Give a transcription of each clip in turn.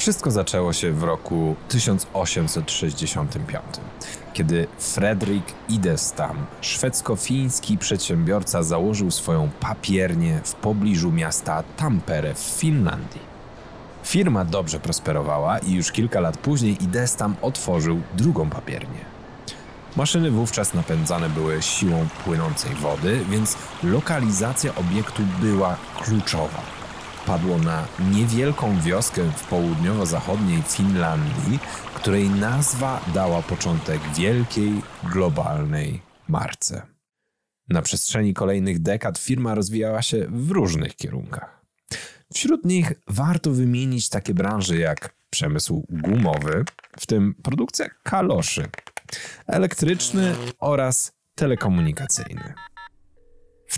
Wszystko zaczęło się w roku 1865, kiedy Fredrik Idestam, szwedzko-fiński przedsiębiorca, założył swoją papiernię w pobliżu miasta Tampere w Finlandii. Firma dobrze prosperowała i już kilka lat później Idestam otworzył drugą papiernię. Maszyny wówczas napędzane były siłą płynącej wody, więc lokalizacja obiektu była kluczowa. Padło na niewielką wioskę w południowo-zachodniej Finlandii, której nazwa dała początek wielkiej, globalnej marce. Na przestrzeni kolejnych dekad firma rozwijała się w różnych kierunkach. Wśród nich warto wymienić takie branże jak przemysł gumowy, w tym produkcja kaloszy, elektryczny oraz telekomunikacyjny. W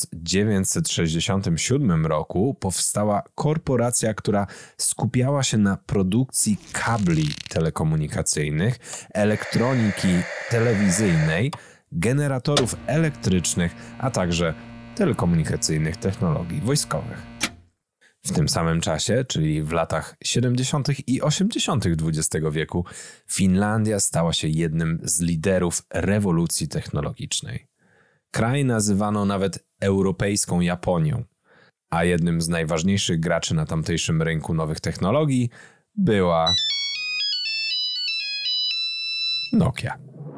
1967 roku powstała korporacja, która skupiała się na produkcji kabli telekomunikacyjnych, elektroniki telewizyjnej, generatorów elektrycznych, a także telekomunikacyjnych technologii wojskowych. W tym samym czasie, czyli w latach 70. i 80. XX wieku, Finlandia stała się jednym z liderów rewolucji technologicznej. Kraj nazywano nawet europejską Japonią, a jednym z najważniejszych graczy na tamtejszym rynku nowych technologii była Nokia.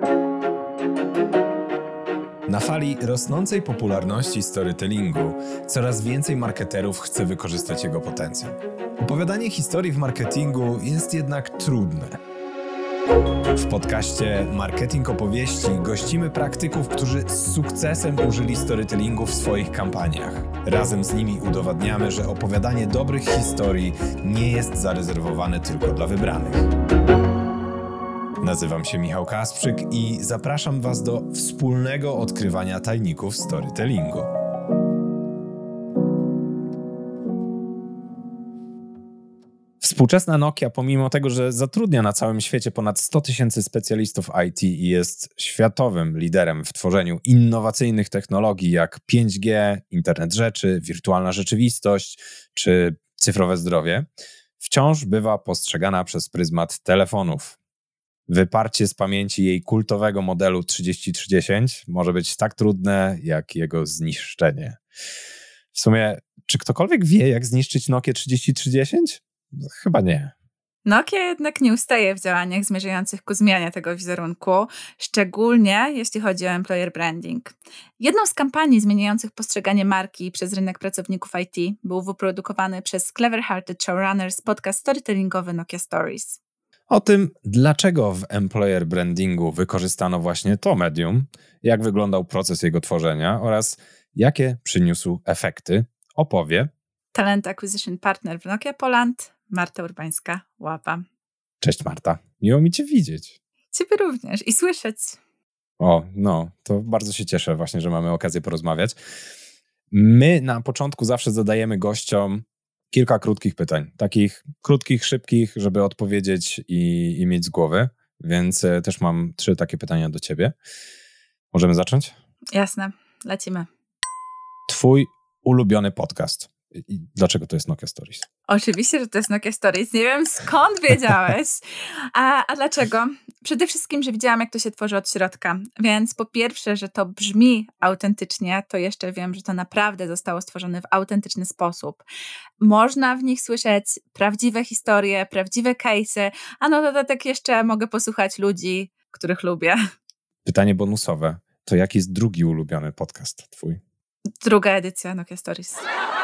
Na fali rosnącej popularności storytellingu coraz więcej marketerów chce wykorzystać jego potencjał. Opowiadanie historii w marketingu jest jednak trudne. W podcaście Marketing Opowieści gościmy praktyków, którzy z sukcesem użyli storytellingu w swoich kampaniach. Razem z nimi udowadniamy, że opowiadanie dobrych historii nie jest zarezerwowane tylko dla wybranych. Nazywam się Michał Kasprzyk i zapraszam Was do wspólnego odkrywania tajników storytellingu. Współczesna Nokia, pomimo tego, że zatrudnia na całym świecie ponad 100 000 specjalistów IT i jest światowym liderem w tworzeniu innowacyjnych technologii jak 5G, internet rzeczy, wirtualna rzeczywistość czy cyfrowe zdrowie, wciąż bywa postrzegana przez pryzmat telefonów. Wyparcie z pamięci jej kultowego modelu 3310 może być tak trudne, jak jego zniszczenie. W sumie, czy ktokolwiek wie, jak zniszczyć Nokię 3310? Chyba nie. Nokia jednak nie ustaje w działaniach zmierzających ku zmianie tego wizerunku, szczególnie jeśli chodzi o employer branding. Jedną z kampanii zmieniających postrzeganie marki przez rynek pracowników IT był wyprodukowany przez Clever Hearted Showrunners podcast storytellingowy Nokia Stories. O tym, dlaczego w employer brandingu wykorzystano właśnie to medium, jak wyglądał proces jego tworzenia oraz jakie przyniósł efekty, opowie Talent Acquisition Partner w Nokia Poland, Marta Urbańska-Łapa. Cześć Marta, miło mi Cię widzieć. Ciebie również i słyszeć. To bardzo się cieszę właśnie, że mamy okazję porozmawiać. My na początku zawsze zadajemy gościom kilka krótkich pytań. Takich krótkich, szybkich, żeby odpowiedzieć i mieć z głowy. Więc też mam 3 takie pytania do Ciebie. Możemy zacząć? Jasne, lecimy. Twój ulubiony podcast. I dlaczego to jest Nokia Stories? Oczywiście, że to jest Nokia Stories. Nie wiem, skąd wiedziałeś. A dlaczego? Przede wszystkim, że widziałam, jak to się tworzy od środka. Więc po pierwsze, że to brzmi autentycznie, to jeszcze wiem, że to naprawdę zostało stworzone w autentyczny sposób. Można w nich słyszeć prawdziwe historie, prawdziwe case'y, a na dodatek jeszcze mogę posłuchać ludzi, których lubię. Pytanie bonusowe. To jaki jest drugi ulubiony podcast twój? Druga edycja Nokia Stories.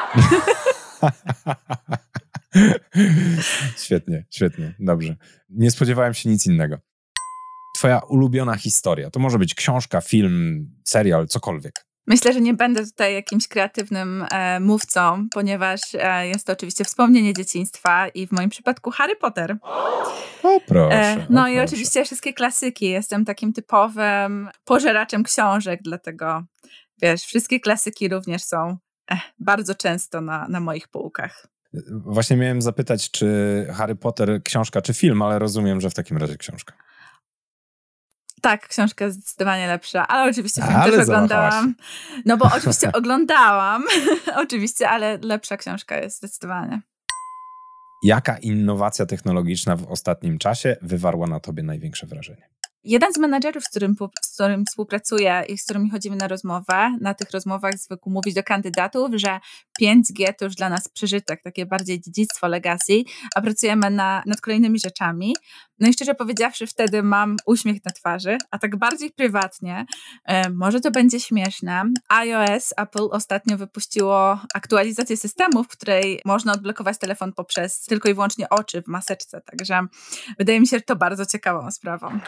Świetnie, dobrze. Nie spodziewałem się nic innego. Twoja ulubiona historia. To może być książka, film, serial, cokolwiek. Myślę, że nie będę tutaj jakimś kreatywnym mówcą, ponieważ jest to oczywiście wspomnienie dzieciństwa i w moim przypadku Harry Potter. O proszę. I oczywiście wszystkie klasyki. Jestem takim typowym pożeraczem książek, dlatego wiesz, wszystkie klasyki również są bardzo często na moich półkach. Właśnie miałem zapytać, czy Harry Potter książka, czy film, ale rozumiem, że w takim razie książka. Tak, książka jest zdecydowanie lepsza, ale oczywiście film też oglądałam. No bo oczywiście oglądałam, oczywiście, ale lepsza książka jest zdecydowanie. Jaka innowacja technologiczna w ostatnim czasie wywarła na tobie największe wrażenie? Jeden z menadżerów, z którym współpracuję i z którymi chodzimy na rozmowę, na tych rozmowach zwykł mówić do kandydatów, że 5G to już dla nas przeżytek, takie bardziej dziedzictwo, legacy, a pracujemy nad kolejnymi rzeczami. No i szczerze powiedziawszy, wtedy mam uśmiech na twarzy, a tak bardziej prywatnie, może to będzie śmieszne, iOS, Apple ostatnio wypuściło aktualizację systemu, w której można odblokować telefon poprzez tylko i wyłącznie oczy w maseczce, także wydaje mi się, że to bardzo ciekawą sprawą.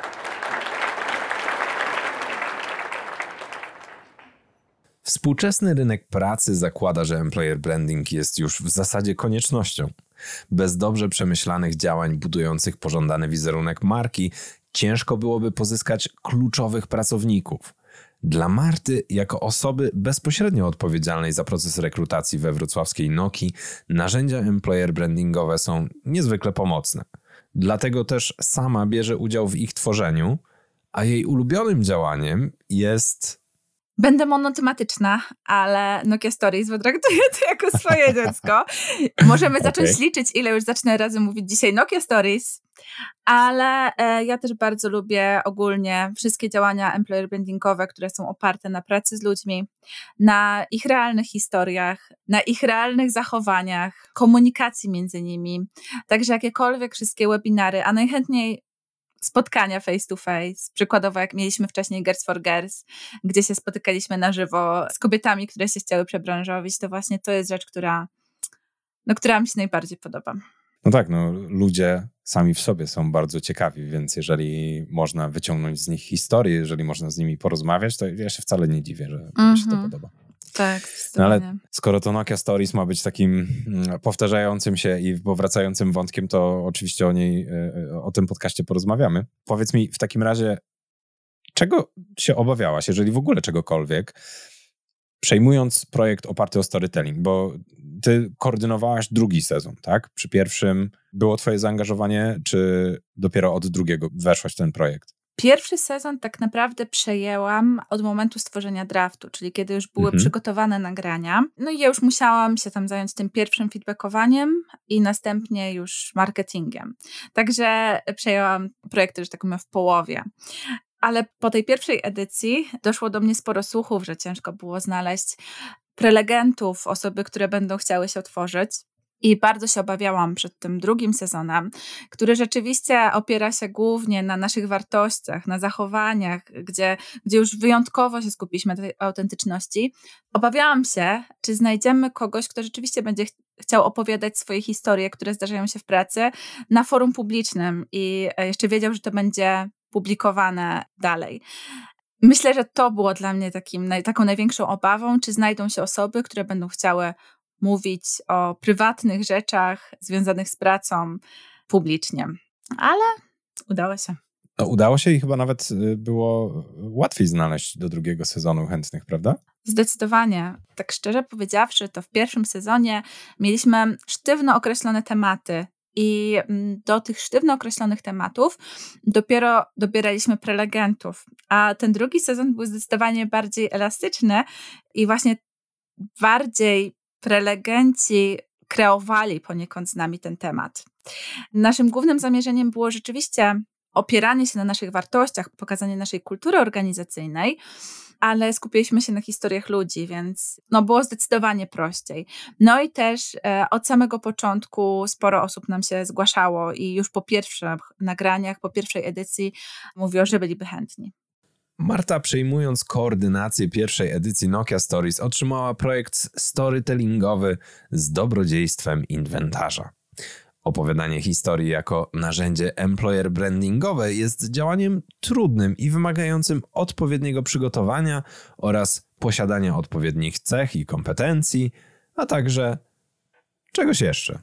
Współczesny rynek pracy zakłada, że employer branding jest już w zasadzie koniecznością. Bez dobrze przemyślanych działań budujących pożądany wizerunek marki ciężko byłoby pozyskać kluczowych pracowników. Dla Marty, jako osoby bezpośrednio odpowiedzialnej za proces rekrutacji we wrocławskiej Nokii, narzędzia employer brandingowe są niezwykle pomocne. Dlatego też sama bierze udział w ich tworzeniu, a jej ulubionym działaniem jest... Będę monotematyczna, ale Nokia Stories, bo traktuję to jako swoje dziecko. Możemy zacząć liczyć, ile już zacznę razy mówić dzisiaj Nokia Stories, ale ja też bardzo lubię ogólnie wszystkie działania employer brandingowe, które są oparte na pracy z ludźmi, na ich realnych historiach, na ich realnych zachowaniach, komunikacji między nimi. Także jakiekolwiek wszystkie webinary, a najchętniej spotkania face to face, przykładowo jak mieliśmy wcześniej Girls for Girls, gdzie się spotykaliśmy na żywo z kobietami, które się chciały przebranżowić, to właśnie to jest rzecz, która mi się najbardziej podoba. No tak, ludzie sami w sobie są bardzo ciekawi, więc jeżeli można wyciągnąć z nich historię, jeżeli można z nimi porozmawiać, to ja się wcale nie dziwię, że mi się to podoba. Tak, ale skoro to Nokia Stories ma być takim powtarzającym się i powracającym wątkiem, to oczywiście o tym podcaście porozmawiamy. Powiedz mi w takim razie, czego się obawiałaś, jeżeli w ogóle czegokolwiek, przejmując projekt oparty o storytelling, bo ty koordynowałaś drugi sezon, tak? Przy pierwszym było twoje zaangażowanie, czy dopiero od drugiego weszłaś w ten projekt? Pierwszy sezon tak naprawdę przejęłam od momentu stworzenia draftu, czyli kiedy już były przygotowane nagrania. No i ja już musiałam się tam zająć tym pierwszym feedbackowaniem i następnie już marketingiem. Także przejęłam projekty, że tak powiem, w połowie. Ale po tej pierwszej edycji doszło do mnie sporo słuchów, że ciężko było znaleźć prelegentów, osoby, które będą chciały się otworzyć. I bardzo się obawiałam przed tym drugim sezonem, który rzeczywiście opiera się głównie na naszych wartościach, na zachowaniach, gdzie już wyjątkowo się skupiliśmy na tej autentyczności. Obawiałam się, czy znajdziemy kogoś, kto rzeczywiście będzie chciał opowiadać swoje historie, które zdarzają się w pracy, na forum publicznym i jeszcze wiedział, że to będzie publikowane dalej. Myślę, że to było dla mnie taką największą obawą, czy znajdą się osoby, które będą chciały mówić o prywatnych rzeczach związanych z pracą publicznie. Ale udało się. No, udało się i chyba nawet było łatwiej znaleźć do drugiego sezonu chętnych, prawda? Zdecydowanie. Tak szczerze powiedziawszy, to w pierwszym sezonie mieliśmy sztywno określone tematy i do tych sztywno określonych tematów dopiero dobieraliśmy prelegentów. A ten drugi sezon był zdecydowanie bardziej elastyczny i właśnie bardziej prelegenci kreowali poniekąd z nami ten temat. Naszym głównym zamierzeniem było rzeczywiście opieranie się na naszych wartościach, pokazanie naszej kultury organizacyjnej, ale skupiliśmy się na historiach ludzi, więc było zdecydowanie prościej. No i też od samego początku sporo osób nam się zgłaszało i już po pierwszych nagraniach, po pierwszej edycji mówiło, że byliby chętni. Marta, przejmując koordynację pierwszej edycji Nokia Stories, otrzymała projekt storytellingowy z dobrodziejstwem inwentarza. Opowiadanie historii jako narzędzie employer brandingowe jest działaniem trudnym i wymagającym odpowiedniego przygotowania oraz posiadania odpowiednich cech i kompetencji, a także czegoś jeszcze.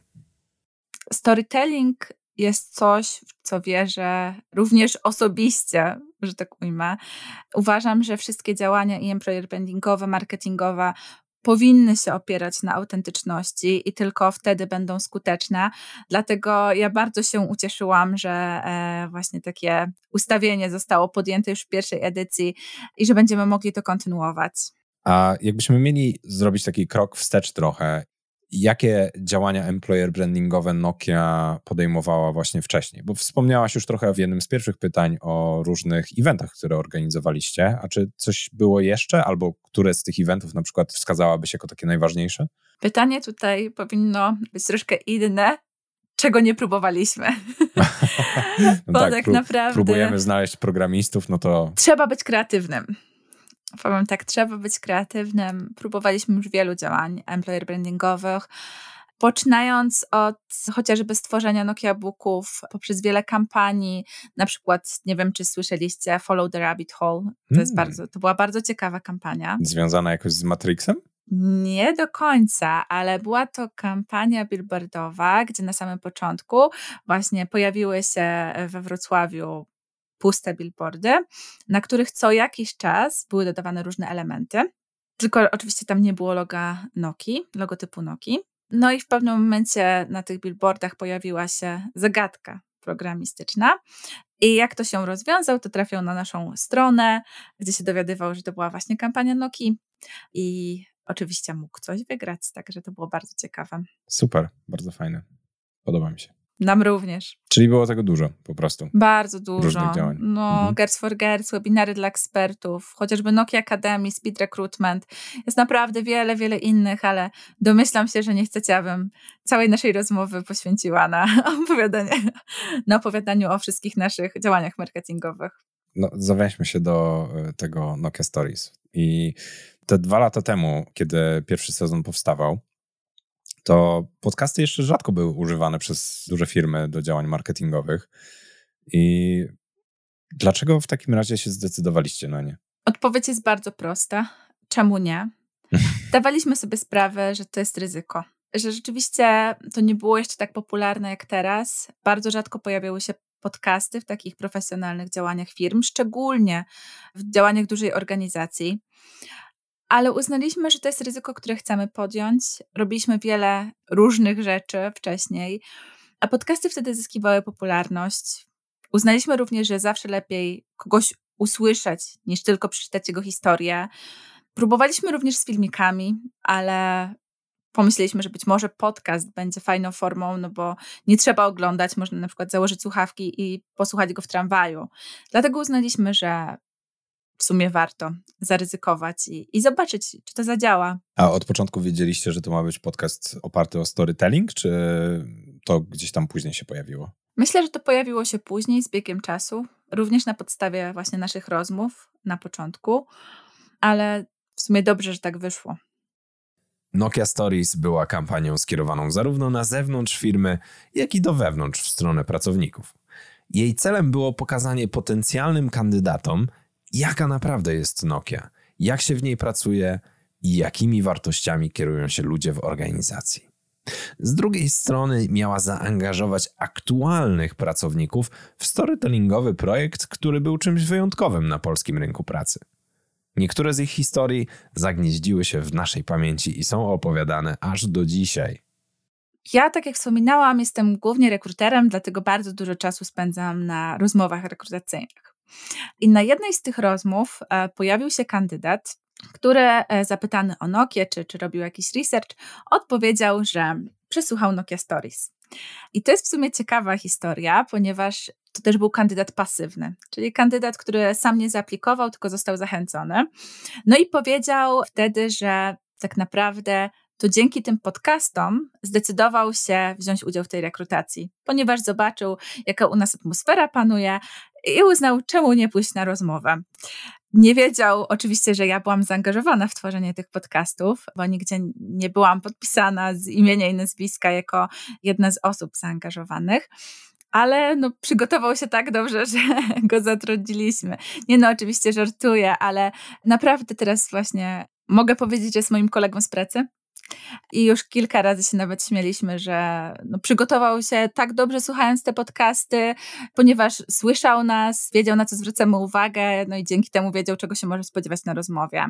Storytelling jest coś, w co wierzę również osobiście, że tak ujmę. Uważam, że wszystkie działania i employer brandingowe, marketingowe powinny się opierać na autentyczności i tylko wtedy będą skuteczne. Dlatego ja bardzo się ucieszyłam, że właśnie takie ustawienie zostało podjęte już w pierwszej edycji i że będziemy mogli to kontynuować. A jakbyśmy mieli zrobić taki krok wstecz trochę Jakie działania employer brandingowe Nokia podejmowała właśnie wcześniej? Bo wspomniałaś już trochę w jednym z pierwszych pytań o różnych eventach, które organizowaliście. A czy coś było jeszcze? Albo które z tych eventów na przykład wskazałabyś jako takie najważniejsze? Pytanie tutaj powinno być troszkę inne. Czego nie próbowaliśmy? No tak, naprawdę próbujemy znaleźć programistów, no to... Trzeba być kreatywnym. Powiem tak, trzeba być kreatywnym. Próbowaliśmy już wielu działań employer brandingowych, poczynając od chociażby stworzenia Nokia Booków poprzez wiele kampanii, na przykład, nie wiem, czy słyszeliście Follow the Rabbit Hole. To była bardzo ciekawa kampania. Związana jakoś z Matrixem? Nie do końca, ale była to kampania billboardowa, gdzie na samym początku właśnie pojawiły się we Wrocławiu puste billboardy, na których co jakiś czas były dodawane różne elementy. Tylko oczywiście tam nie było logotypu Nokii. No i w pewnym momencie na tych billboardach pojawiła się zagadka programistyczna. I jak to się rozwiązał, to trafiał na naszą stronę, gdzie się dowiadywał, że to była właśnie kampania Nokii i oczywiście mógł coś wygrać, także to było bardzo ciekawe. Super, bardzo fajne. Podoba mi się. Nam również. Czyli było tego dużo po prostu. Bardzo dużo. Różnych działań. Girls for Girls, webinary dla ekspertów, chociażby Nokia Academy, Speed Recruitment. Jest naprawdę wiele, wiele innych, ale domyślam się, że nie chcecie, abym całej naszej rozmowy poświęciła na opowiadaniu o wszystkich naszych działaniach marketingowych. No, zawieźmy się do tego Nokia Stories. I te 2 lata temu, kiedy pierwszy sezon powstawał, to podcasty jeszcze rzadko były używane przez duże firmy do działań marketingowych. I dlaczego w takim razie się zdecydowaliście na nie? Odpowiedź jest bardzo prosta. Czemu nie? Dawaliśmy sobie sprawę, że to jest ryzyko. Że rzeczywiście to nie było jeszcze tak popularne jak teraz. Bardzo rzadko pojawiały się podcasty w takich profesjonalnych działaniach firm, szczególnie w działaniach dużej organizacji. Ale uznaliśmy, że to jest ryzyko, które chcemy podjąć. Robiliśmy wiele różnych rzeczy wcześniej, a podcasty wtedy zyskiwały popularność. Uznaliśmy również, że zawsze lepiej kogoś usłyszeć, niż tylko przeczytać jego historię. Próbowaliśmy również z filmikami, ale pomyśleliśmy, że być może podcast będzie fajną formą, no bo nie trzeba oglądać, można na przykład założyć słuchawki i posłuchać go w tramwaju. Dlatego uznaliśmy, że w sumie warto zaryzykować i zobaczyć, czy to zadziała. A od początku wiedzieliście, że to ma być podcast oparty o storytelling, czy to gdzieś tam później się pojawiło? Myślę, że to pojawiło się później, z biegiem czasu, również na podstawie właśnie naszych rozmów na początku, ale w sumie dobrze, że tak wyszło. Nokia Stories była kampanią skierowaną zarówno na zewnątrz firmy, jak i do wewnątrz w stronę pracowników. Jej celem było pokazanie potencjalnym kandydatom, jaka naprawdę jest Nokia, jak się w niej pracuje i jakimi wartościami kierują się ludzie w organizacji. Z drugiej strony miała zaangażować aktualnych pracowników w storytellingowy projekt, który był czymś wyjątkowym na polskim rynku pracy. Niektóre z ich historii zagnieździły się w naszej pamięci i są opowiadane aż do dzisiaj. Ja, tak jak wspominałam, jestem głównie rekruterem, dlatego bardzo dużo czasu spędzam na rozmowach rekrutacyjnych. I na jednej z tych rozmów pojawił się kandydat, który zapytany o Nokię, czy robił jakiś research, odpowiedział, że przesłuchał Nokia Stories. I to jest w sumie ciekawa historia, ponieważ to też był kandydat pasywny, czyli kandydat, który sam nie zaaplikował, tylko został zachęcony. No i powiedział wtedy, że tak naprawdę to dzięki tym podcastom zdecydował się wziąć udział w tej rekrutacji, ponieważ zobaczył, jaka u nas atmosfera panuje i uznał, czemu nie pójść na rozmowę. Nie wiedział oczywiście, że ja byłam zaangażowana w tworzenie tych podcastów, bo nigdzie nie byłam podpisana z imienia i nazwiska jako jedna z osób zaangażowanych, ale przygotował się tak dobrze, że go zatrudniliśmy. Oczywiście żartuję, ale naprawdę teraz właśnie mogę powiedzieć, że jest moim kolegą z pracy. I już kilka razy się nawet śmieliśmy, że przygotował się tak dobrze słuchając te podcasty, ponieważ słyszał nas, wiedział, na co zwracamy uwagę, i dzięki temu wiedział, czego się może spodziewać na rozmowie.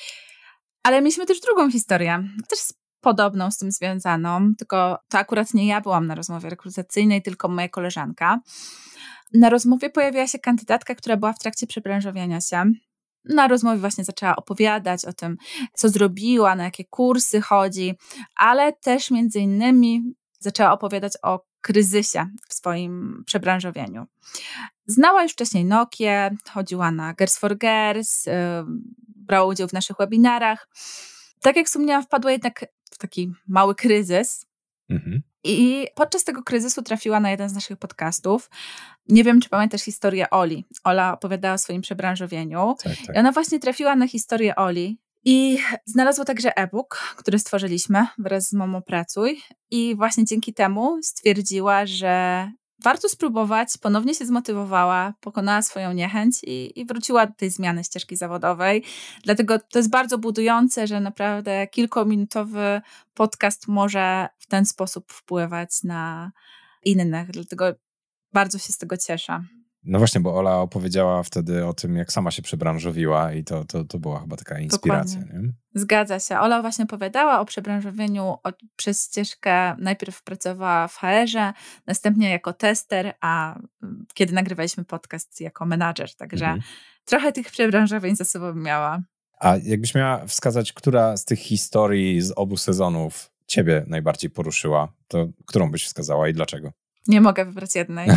Ale mieliśmy też drugą historię, też podobną z tym związaną, tylko to akurat nie ja byłam na rozmowie rekrutacyjnej, tylko moja koleżanka. Na rozmowie pojawiła się kandydatka, która była w trakcie przebranżowiania się. na rozmowie właśnie zaczęła opowiadać o tym, co zrobiła, na jakie kursy chodzi, ale też między innymi zaczęła opowiadać o kryzysie w swoim przebranżowieniu. Znała już wcześniej Nokię, chodziła na Girls for Girls, brała udział w naszych webinarach. Tak jak wspomniałam, wpadła jednak w taki mały kryzys. I podczas tego kryzysu trafiła na jeden z naszych podcastów. Nie wiem, czy pamiętasz historię Oli. Ola opowiadała o swoim przebranżowieniu. Tak. I ona właśnie trafiła na historię Oli i znalazła także e-book, który stworzyliśmy wraz z Momo Pracuj. I właśnie dzięki temu stwierdziła, że warto spróbować, ponownie się zmotywowała, pokonała swoją niechęć i wróciła do tej zmiany ścieżki zawodowej. Dlatego to jest bardzo budujące, że naprawdę kilkuminutowy podcast może w ten sposób wpływać na innych. Dlatego bardzo się z tego cieszę. No właśnie, bo Ola opowiedziała wtedy o tym, jak sama się przebranżowiła i to była chyba taka inspiracja. Nie? Zgadza się. Ola właśnie opowiadała o przebranżowieniu przez ścieżkę. Najpierw pracowała w HR-ze, następnie jako tester, a kiedy nagrywaliśmy podcast jako menadżer. Także trochę tych przebranżowień za sobą miała. A jakbyś miała wskazać, która z tych historii z obu sezonów ciebie najbardziej poruszyła, to którą byś wskazała i dlaczego? Nie mogę wybrać jednej.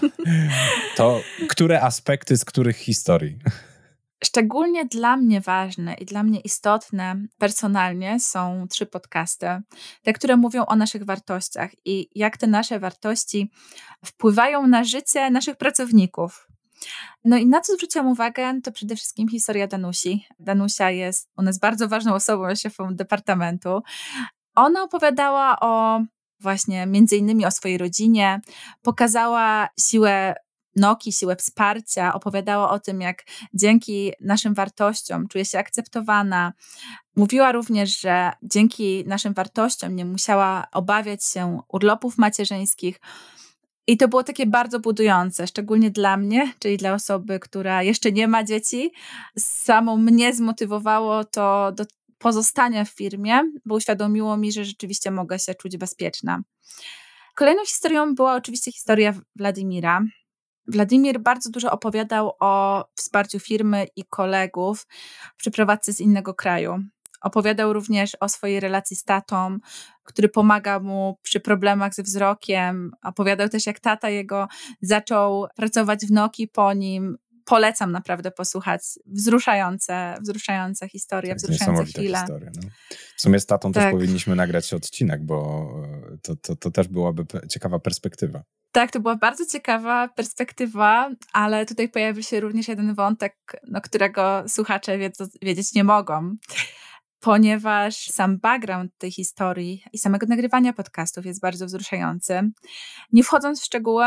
To które aspekty z których historii? Szczególnie dla mnie ważne i dla mnie istotne personalnie są 3 podcasty. Te, które mówią o naszych wartościach i jak te nasze wartości wpływają na życie naszych pracowników. No i na co zwróciłam uwagę, to przede wszystkim historia Danusi. Danusia jest u nas bardzo ważną osobą, szefą departamentu. Ona opowiadała właśnie między innymi o swojej rodzinie, pokazała siłę Nokii, siłę wsparcia, opowiadała o tym, jak dzięki naszym wartościom czuje się akceptowana. Mówiła również, że dzięki naszym wartościom nie musiała obawiać się urlopów macierzyńskich. I to było takie bardzo budujące, szczególnie dla mnie, czyli dla osoby, która jeszcze nie ma dzieci. Samą mnie zmotywowało to do pozostania w firmie, bo uświadomiło mi, że rzeczywiście mogę się czuć bezpieczna. Kolejną historią była oczywiście historia Władimira. Władimir bardzo dużo opowiadał o wsparciu firmy i kolegów w przeprowadzce z innego kraju. Opowiadał również o swojej relacji z tatą, który pomaga mu przy problemach ze wzrokiem. Opowiadał też, jak tata jego zaczął pracować w Nokii po nim. Polecam naprawdę posłuchać. Wzruszające historie, wzruszające chwile. Historia, no. W sumie z tatą też powinniśmy nagrać odcinek, bo to też byłaby ciekawa perspektywa. Tak, to była bardzo ciekawa perspektywa, ale tutaj pojawił się również jeden wątek, którego słuchacze wiedzieć nie mogą, ponieważ sam background tej historii i samego nagrywania podcastów jest bardzo wzruszający. Nie wchodząc w szczegóły,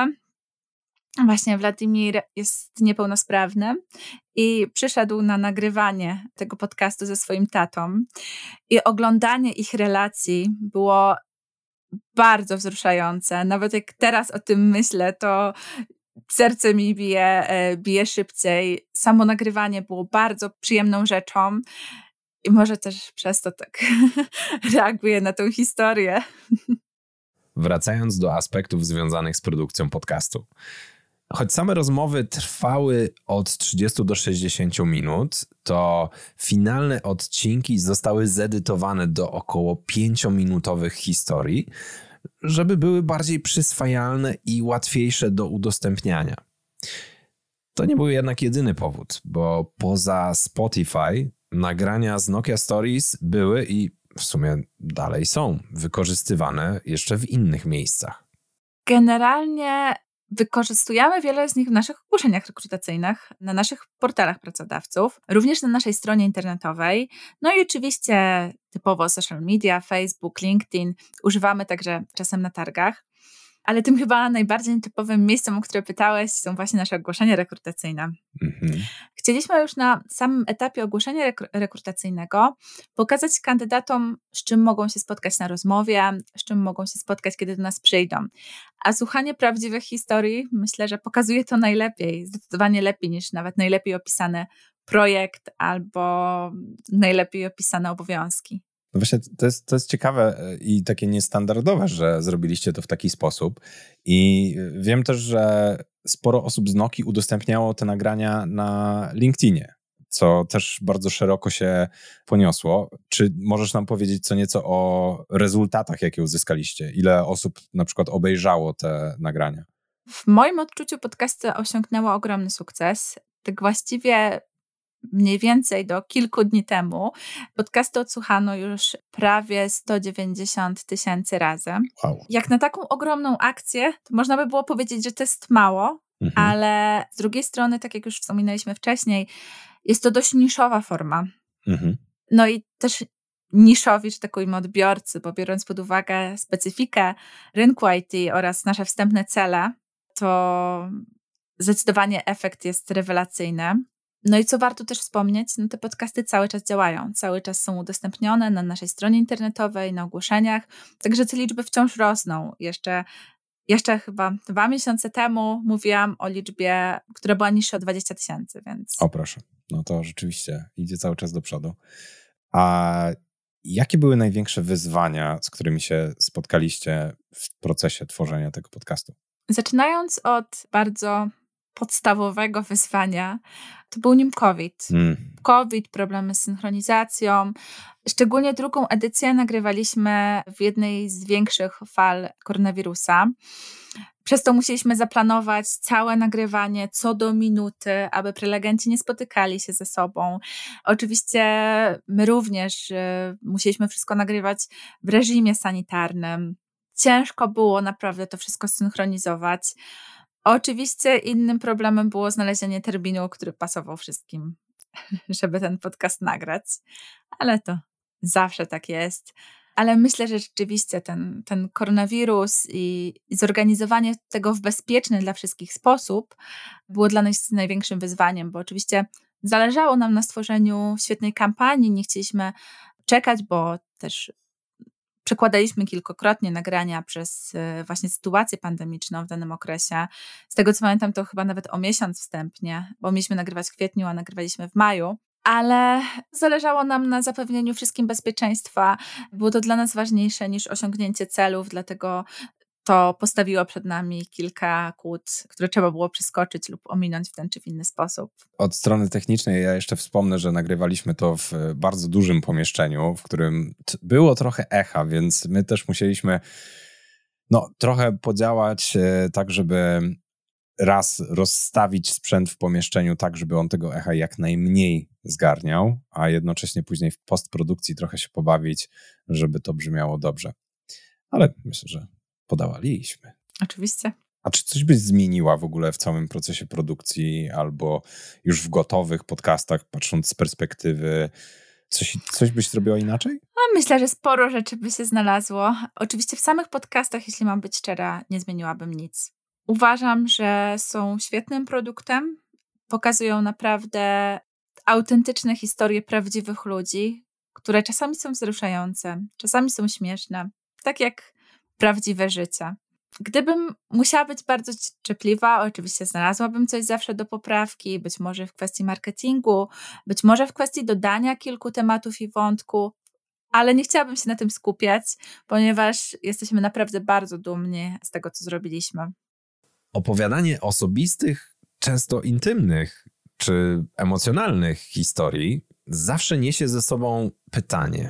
właśnie Władimir jest niepełnosprawny i przyszedł na nagrywanie tego podcastu ze swoim tatą i oglądanie ich relacji było bardzo wzruszające. Nawet jak teraz o tym myślę, to serce mi bije szybciej. Samo nagrywanie było bardzo przyjemną rzeczą i może też przez to tak reaguję na tą historię. Wracając do aspektów związanych z produkcją podcastu. Choć same rozmowy trwały od 30 do 60 minut, to finalne odcinki zostały zedytowane do około 5-minutowych historii, żeby były bardziej przyswajalne i łatwiejsze do udostępniania. To nie był jednak jedyny powód, bo poza Spotify nagrania z Nokia Stories były i w sumie dalej są wykorzystywane jeszcze w innych miejscach. Generalnie wykorzystujemy wiele z nich w naszych ogłoszeniach rekrutacyjnych, na naszych portalach pracodawców, również na naszej stronie internetowej. No i oczywiście typowo social media, Facebook, LinkedIn. Używamy także czasem na targach. Ale tym chyba najbardziej nietypowym miejscem, o które pytałeś, są właśnie nasze ogłoszenia rekrutacyjne. Chcieliśmy już na samym etapie ogłoszenia rekrutacyjnego pokazać kandydatom, z czym mogą się spotkać na rozmowie, z czym mogą się spotkać, kiedy do nas przyjdą. A słuchanie prawdziwych historii, myślę, że pokazuje to najlepiej, zdecydowanie lepiej niż nawet najlepiej opisany projekt albo najlepiej opisane obowiązki. No właśnie, to jest ciekawe i takie niestandardowe, że zrobiliście to w taki sposób. I wiem też, że sporo osób z Nokii udostępniało te nagrania na LinkedInie. co też bardzo szeroko się poniosło. Czy możesz nam powiedzieć co nieco o rezultatach, jakie uzyskaliście? Ile osób na przykład obejrzało te nagrania? W moim odczuciu podcasty osiągnęły ogromny sukces. Tak właściwie mniej więcej do kilku dni temu podcasty odsłuchano już prawie 190 000 razy. Wow. Jak na taką ogromną akcję, to można by było powiedzieć, że to jest mało, ale z drugiej strony, tak jak już wspominaliśmy wcześniej, jest to dość niszowa forma. No i też niszowi, że tak ujmę, odbiorcy, bo biorąc pod uwagę specyfikę rynku IT oraz nasze wstępne cele, to zdecydowanie efekt jest rewelacyjny. No i co warto też wspomnieć, no te podcasty cały czas działają, cały czas są udostępnione na naszej stronie internetowej, na ogłoszeniach, także te liczby wciąż rosną. Jeszcze chyba 2 miesiące temu mówiłam o liczbie, która była niższa o 20 000, więc... O proszę, no to rzeczywiście idzie cały czas do przodu. A jakie były największe wyzwania, z którymi się spotkaliście w procesie tworzenia tego podcastu? Zaczynając od bardzo podstawowego wyzwania, to był nim COVID. COVID, problemy z synchronizacją. Szczególnie drugą edycję nagrywaliśmy w jednej z większych fal koronawirusa. Przez to musieliśmy zaplanować całe nagrywanie co do minuty, aby prelegenci nie spotykali się ze sobą. Oczywiście my również musieliśmy wszystko nagrywać w reżimie sanitarnym. Ciężko było naprawdę to wszystko synchronizować. Oczywiście innym problemem było znalezienie terminu, który pasował wszystkim, żeby ten podcast nagrać, ale to zawsze tak jest. Ale myślę, że rzeczywiście ten koronawirus i zorganizowanie tego w bezpieczny dla wszystkich sposób było dla nas największym wyzwaniem, bo oczywiście zależało nam na stworzeniu świetnej kampanii, nie chcieliśmy czekać, bo też przekładaliśmy kilkukrotnie nagrania przez właśnie sytuację pandemiczną w danym okresie. Z tego co pamiętam, to chyba nawet o miesiąc wstępnie, bo mieliśmy nagrywać w kwietniu, a nagrywaliśmy w maju. Ale zależało nam na zapewnieniu wszystkim bezpieczeństwa. Było to dla nas ważniejsze niż osiągnięcie celów, dlatego to postawiło przed nami kilka kłód, które trzeba było przeskoczyć lub ominąć w ten czy w inny sposób. Od strony technicznej ja jeszcze wspomnę, że nagrywaliśmy to w bardzo dużym pomieszczeniu, w którym było trochę echa, więc my też musieliśmy trochę podziałać tak, żeby raz rozstawić sprzęt w pomieszczeniu tak, żeby on tego echa jak najmniej zgarniał, a jednocześnie później w postprodukcji trochę się pobawić, żeby to brzmiało dobrze. Ale myślę, że podawaliśmy. Oczywiście. A czy coś byś zmieniła w ogóle w całym procesie produkcji albo już w gotowych podcastach, patrząc z perspektywy, coś byś zrobiła inaczej? Myślę, że sporo rzeczy by się znalazło. Oczywiście w samych podcastach, jeśli mam być szczera, nie zmieniłabym nic. Uważam, że są świetnym produktem. Pokazują naprawdę autentyczne historie prawdziwych ludzi, które czasami są wzruszające, czasami są śmieszne, tak jak prawdziwe życie. Gdybym musiała być bardzo cierpliwa, oczywiście znalazłabym coś zawsze do poprawki, być może w kwestii marketingu, być może w kwestii dodania kilku tematów i wątków, ale nie chciałabym się na tym skupiać, ponieważ jesteśmy naprawdę bardzo dumni z tego, co zrobiliśmy. Opowiadanie osobistych, często intymnych czy emocjonalnych historii zawsze niesie ze sobą pytanie,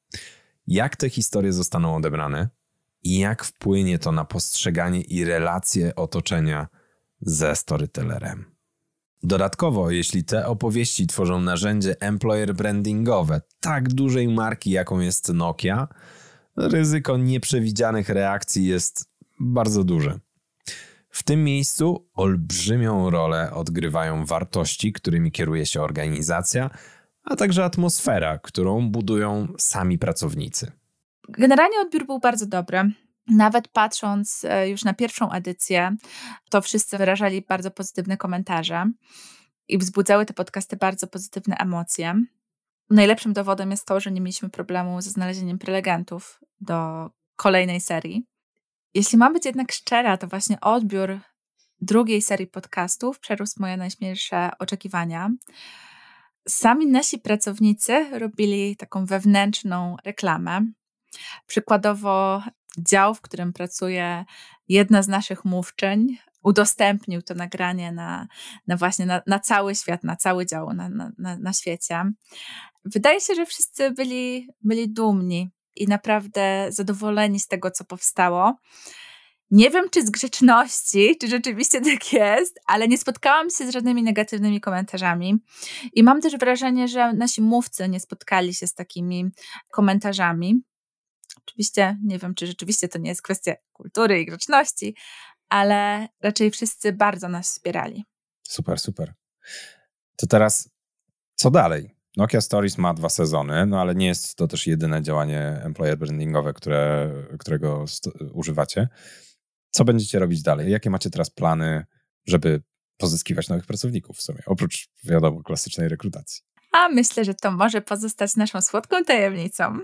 jak te historie zostaną odebrane i jak wpłynie to na postrzeganie i relacje otoczenia ze storytellerem. Dodatkowo, jeśli te opowieści tworzą narzędzie employer brandingowe tak dużej marki, jaką jest Nokia, ryzyko nieprzewidzianych reakcji jest bardzo duże. W tym miejscu olbrzymią rolę odgrywają wartości, którymi kieruje się organizacja, a także atmosfera, którą budują sami pracownicy. Generalnie odbiór był bardzo dobry. Nawet patrząc już na pierwszą edycję, to wszyscy wyrażali bardzo pozytywne komentarze i wzbudzały te podcasty bardzo pozytywne emocje. Najlepszym dowodem jest to, że nie mieliśmy problemu ze znalezieniem prelegentów do kolejnej serii. Jeśli mam być jednak szczera, to właśnie odbiór drugiej serii podcastów przerósł moje najśmielsze oczekiwania. Sami nasi pracownicy robili taką wewnętrzną reklamę. Przykładowo dział, w którym pracuje jedna z naszych mówczyń, udostępnił to nagranie właśnie na cały świat, na cały dział na świecie. Wydaje się, że wszyscy byli dumni i naprawdę zadowoleni z tego, co powstało. Nie wiem, czy z grzeczności, czy rzeczywiście tak jest, ale nie spotkałam się z żadnymi negatywnymi komentarzami. I mam też wrażenie, że nasi mówcy nie spotkali się z takimi komentarzami. Oczywiście nie wiem, czy rzeczywiście to nie jest kwestia kultury i grzeczności, ale raczej wszyscy bardzo nas wspierali. Super, super. To teraz co dalej? Nokia Stories ma 2 sezony, no ale nie jest to też jedyne działanie employer brandingowe, którego używacie. Co będziecie robić dalej? Jakie macie teraz plany, żeby pozyskiwać nowych pracowników w sumie? Oprócz, wiadomo, klasycznej rekrutacji. A myślę, że to może pozostać naszą słodką tajemnicą.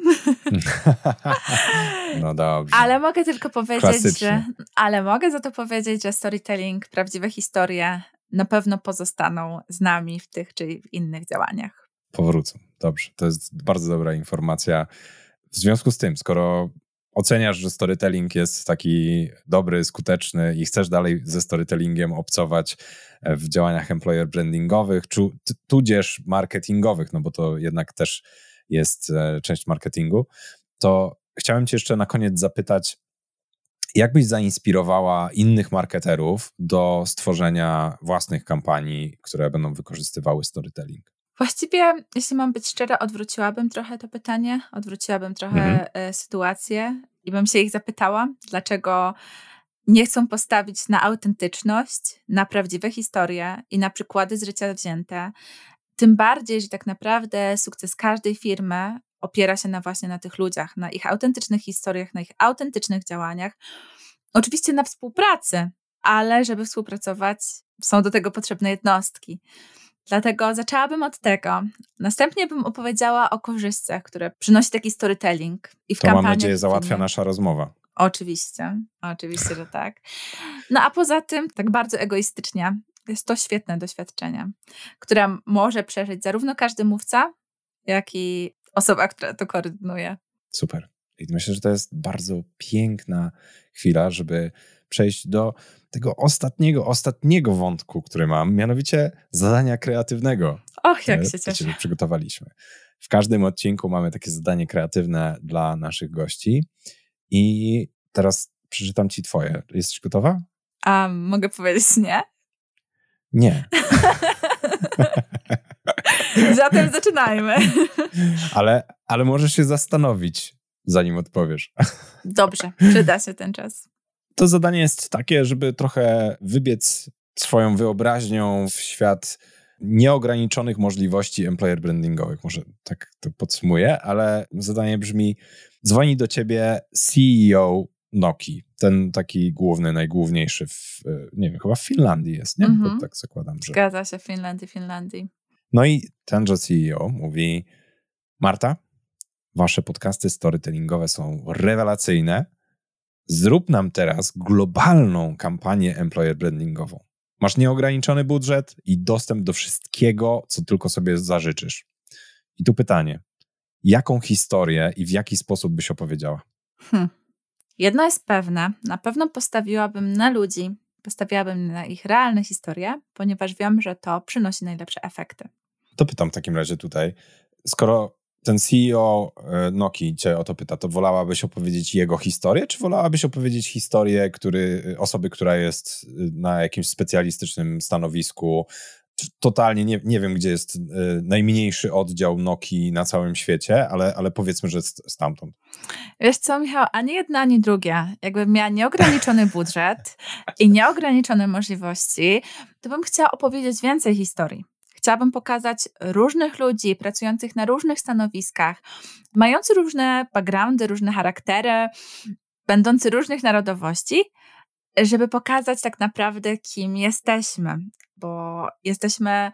No dobrze. Ale mogę tylko powiedzieć, mogę za to powiedzieć, że storytelling, prawdziwe historie na pewno pozostaną z nami w tych czy w innych działaniach. Powrócą. Dobrze. To jest bardzo dobra informacja. W związku z tym, skoro oceniasz, że storytelling jest taki dobry, skuteczny i chcesz dalej ze storytellingiem obcować w działaniach employer brandingowych, tudzież marketingowych, no bo to jednak też jest część marketingu, to chciałem cię jeszcze na koniec zapytać, jak byś zainspirowała innych marketerów do stworzenia własnych kampanii, które będą wykorzystywały storytelling? Właściwie, jeśli mam być szczera, odwróciłabym trochę to pytanie, odwróciłabym trochę sytuację i bym się ich zapytała, dlaczego nie chcą postawić na autentyczność, na prawdziwe historie i na przykłady z życia wzięte. Tym bardziej, że tak naprawdę sukces każdej firmy opiera się właśnie na tych ludziach, na ich autentycznych historiach, na ich autentycznych działaniach. Oczywiście na współpracy, ale żeby współpracować, są do tego potrzebne jednostki. Dlatego zaczęłabym od tego. Następnie bym opowiedziała o korzyściach, które przynosi taki storytelling. I w to kampaniach, mam nadzieję załatwia nasza rozmowa. Oczywiście, że tak. No a poza tym, tak bardzo egoistycznie, jest to świetne doświadczenie, które może przeżyć zarówno każdy mówca, jak i osoba, która to koordynuje. Super. I myślę, że to jest bardzo piękna chwila, żeby przejść do tego ostatniego wątku, który mam, mianowicie zadania kreatywnego. Och, jak się cieszę. Które przygotowaliśmy. W każdym odcinku mamy takie zadanie kreatywne dla naszych gości i teraz przeczytam ci twoje. Jesteś gotowa? A mogę powiedzieć nie? Nie. Zatem zaczynajmy. Ale możesz się zastanowić, zanim odpowiesz. Dobrze, przyda się ten czas. To zadanie jest takie, żeby trochę wybiec swoją wyobraźnią w świat nieograniczonych możliwości employer brandingowych. Może tak to podsumuję, ale zadanie brzmi: dzwoni do ciebie CEO Nokii, ten taki główny, najgłówniejszy nie wiem, chyba w Finlandii jest, nie? Bo tak zakładam, że... Zgadza się, w Finlandii. No i tenże CEO mówi: Marta, wasze podcasty storytellingowe są rewelacyjne. Zrób nam teraz globalną kampanię employer brandingową. Masz nieograniczony budżet i dostęp do wszystkiego, co tylko sobie zażyczysz. I tu pytanie: jaką historię i w jaki sposób byś opowiedziała? Jedno jest pewne, na pewno postawiłabym na ludzi, postawiłabym na ich realne historie, ponieważ wiem, że to przynosi najlepsze efekty. To pytam w takim razie tutaj, skoro ten CEO Nokii cię o to pyta, to wolałabyś opowiedzieć jego historię, czy wolałabyś opowiedzieć historię osoby, która jest na jakimś specjalistycznym stanowisku? Totalnie nie wiem, gdzie jest najmniejszy oddział Nokii na całym świecie, ale powiedzmy, że stamtąd. Wiesz co, Michał, ani jedna, ani druga. Jakbym miała nieograniczony budżet i nieograniczone możliwości, to bym chciała opowiedzieć więcej historii. Chciałabym pokazać różnych ludzi pracujących na różnych stanowiskach, mających różne backgroundy, różne charaktery, będący różnych narodowości, żeby pokazać tak naprawdę, kim jesteśmy. Bo jesteśmy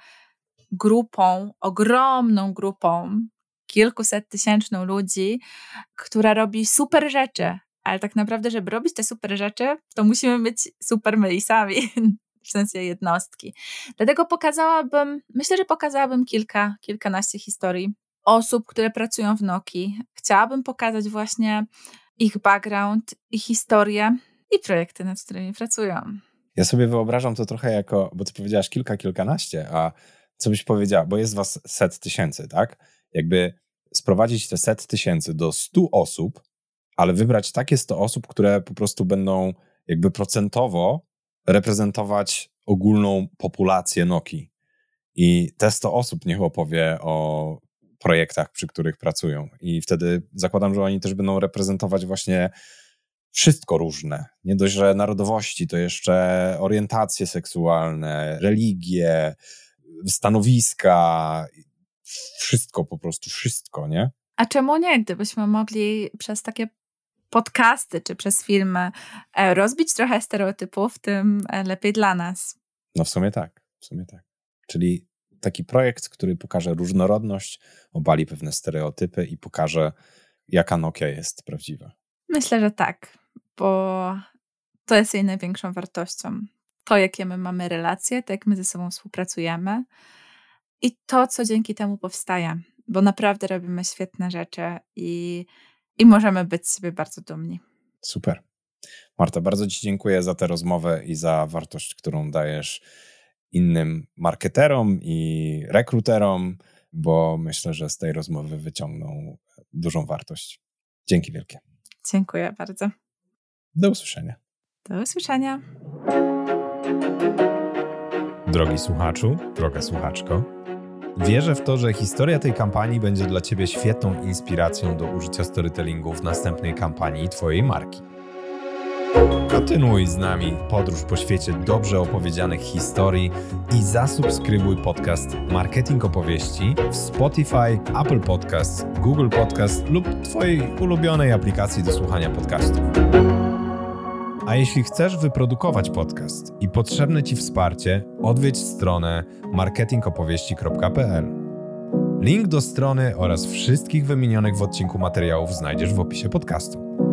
grupą, ogromną grupą, kilkusettysięczną ludzi, która robi super rzeczy. Ale tak naprawdę, żeby robić te super rzeczy, to musimy być super myli sami. W sensie jednostki. Dlatego myślę, że pokazałabym kilkanaście historii osób, które pracują w Nokii. Chciałabym pokazać właśnie ich background, ich historię i projekty, nad którymi pracują. Ja sobie wyobrażam to trochę jako, bo ty powiedziałaś kilkanaście, a co byś powiedziała, bo jest was 100 000, tak? Jakby sprowadzić te 100 000 do 100 osób, ale wybrać takie 100 osób, które po prostu będą jakby procentowo reprezentować ogólną populację Nokii. I te 100 osób niech opowie o projektach, przy których pracują. I wtedy zakładam, że oni też będą reprezentować właśnie wszystko różne. Nie dość, że narodowości, to jeszcze orientacje seksualne, religie, stanowiska, wszystko po prostu, wszystko, nie? A czemu nie? Gdybyśmy mogli przez takie podcasty czy przez filmy rozbić trochę stereotypów, tym lepiej dla nas. No w sumie tak. Czyli taki projekt, który pokaże różnorodność, obali pewne stereotypy i pokaże, jaka Nokia jest prawdziwa. Myślę, że tak, bo to jest jej największą wartością. To, jakie my mamy relacje, to jak my ze sobą współpracujemy i to, co dzięki temu powstaje, bo naprawdę robimy świetne rzeczy i możemy być z siebie bardzo dumni. Super. Marta, bardzo ci dziękuję za tę rozmowę i za wartość, którą dajesz innym marketerom i rekruterom, bo myślę, że z tej rozmowy wyciągną dużą wartość. Dzięki wielkie. Dziękuję bardzo. Do usłyszenia. Do usłyszenia. Drogi słuchaczu, droga słuchaczko, wierzę w to, że historia tej kampanii będzie dla ciebie świetną inspiracją do użycia storytellingu w następnej kampanii twojej marki. Kontynuuj z nami podróż po świecie dobrze opowiedzianych historii i zasubskrybuj podcast Marketing Opowieści w Spotify, Apple Podcasts, Google Podcasts lub twojej ulubionej aplikacji do słuchania podcastów. A jeśli chcesz wyprodukować podcast i potrzebne ci wsparcie, odwiedź stronę marketingopowieści.pl. Link do strony oraz wszystkich wymienionych w odcinku materiałów znajdziesz w opisie podcastu.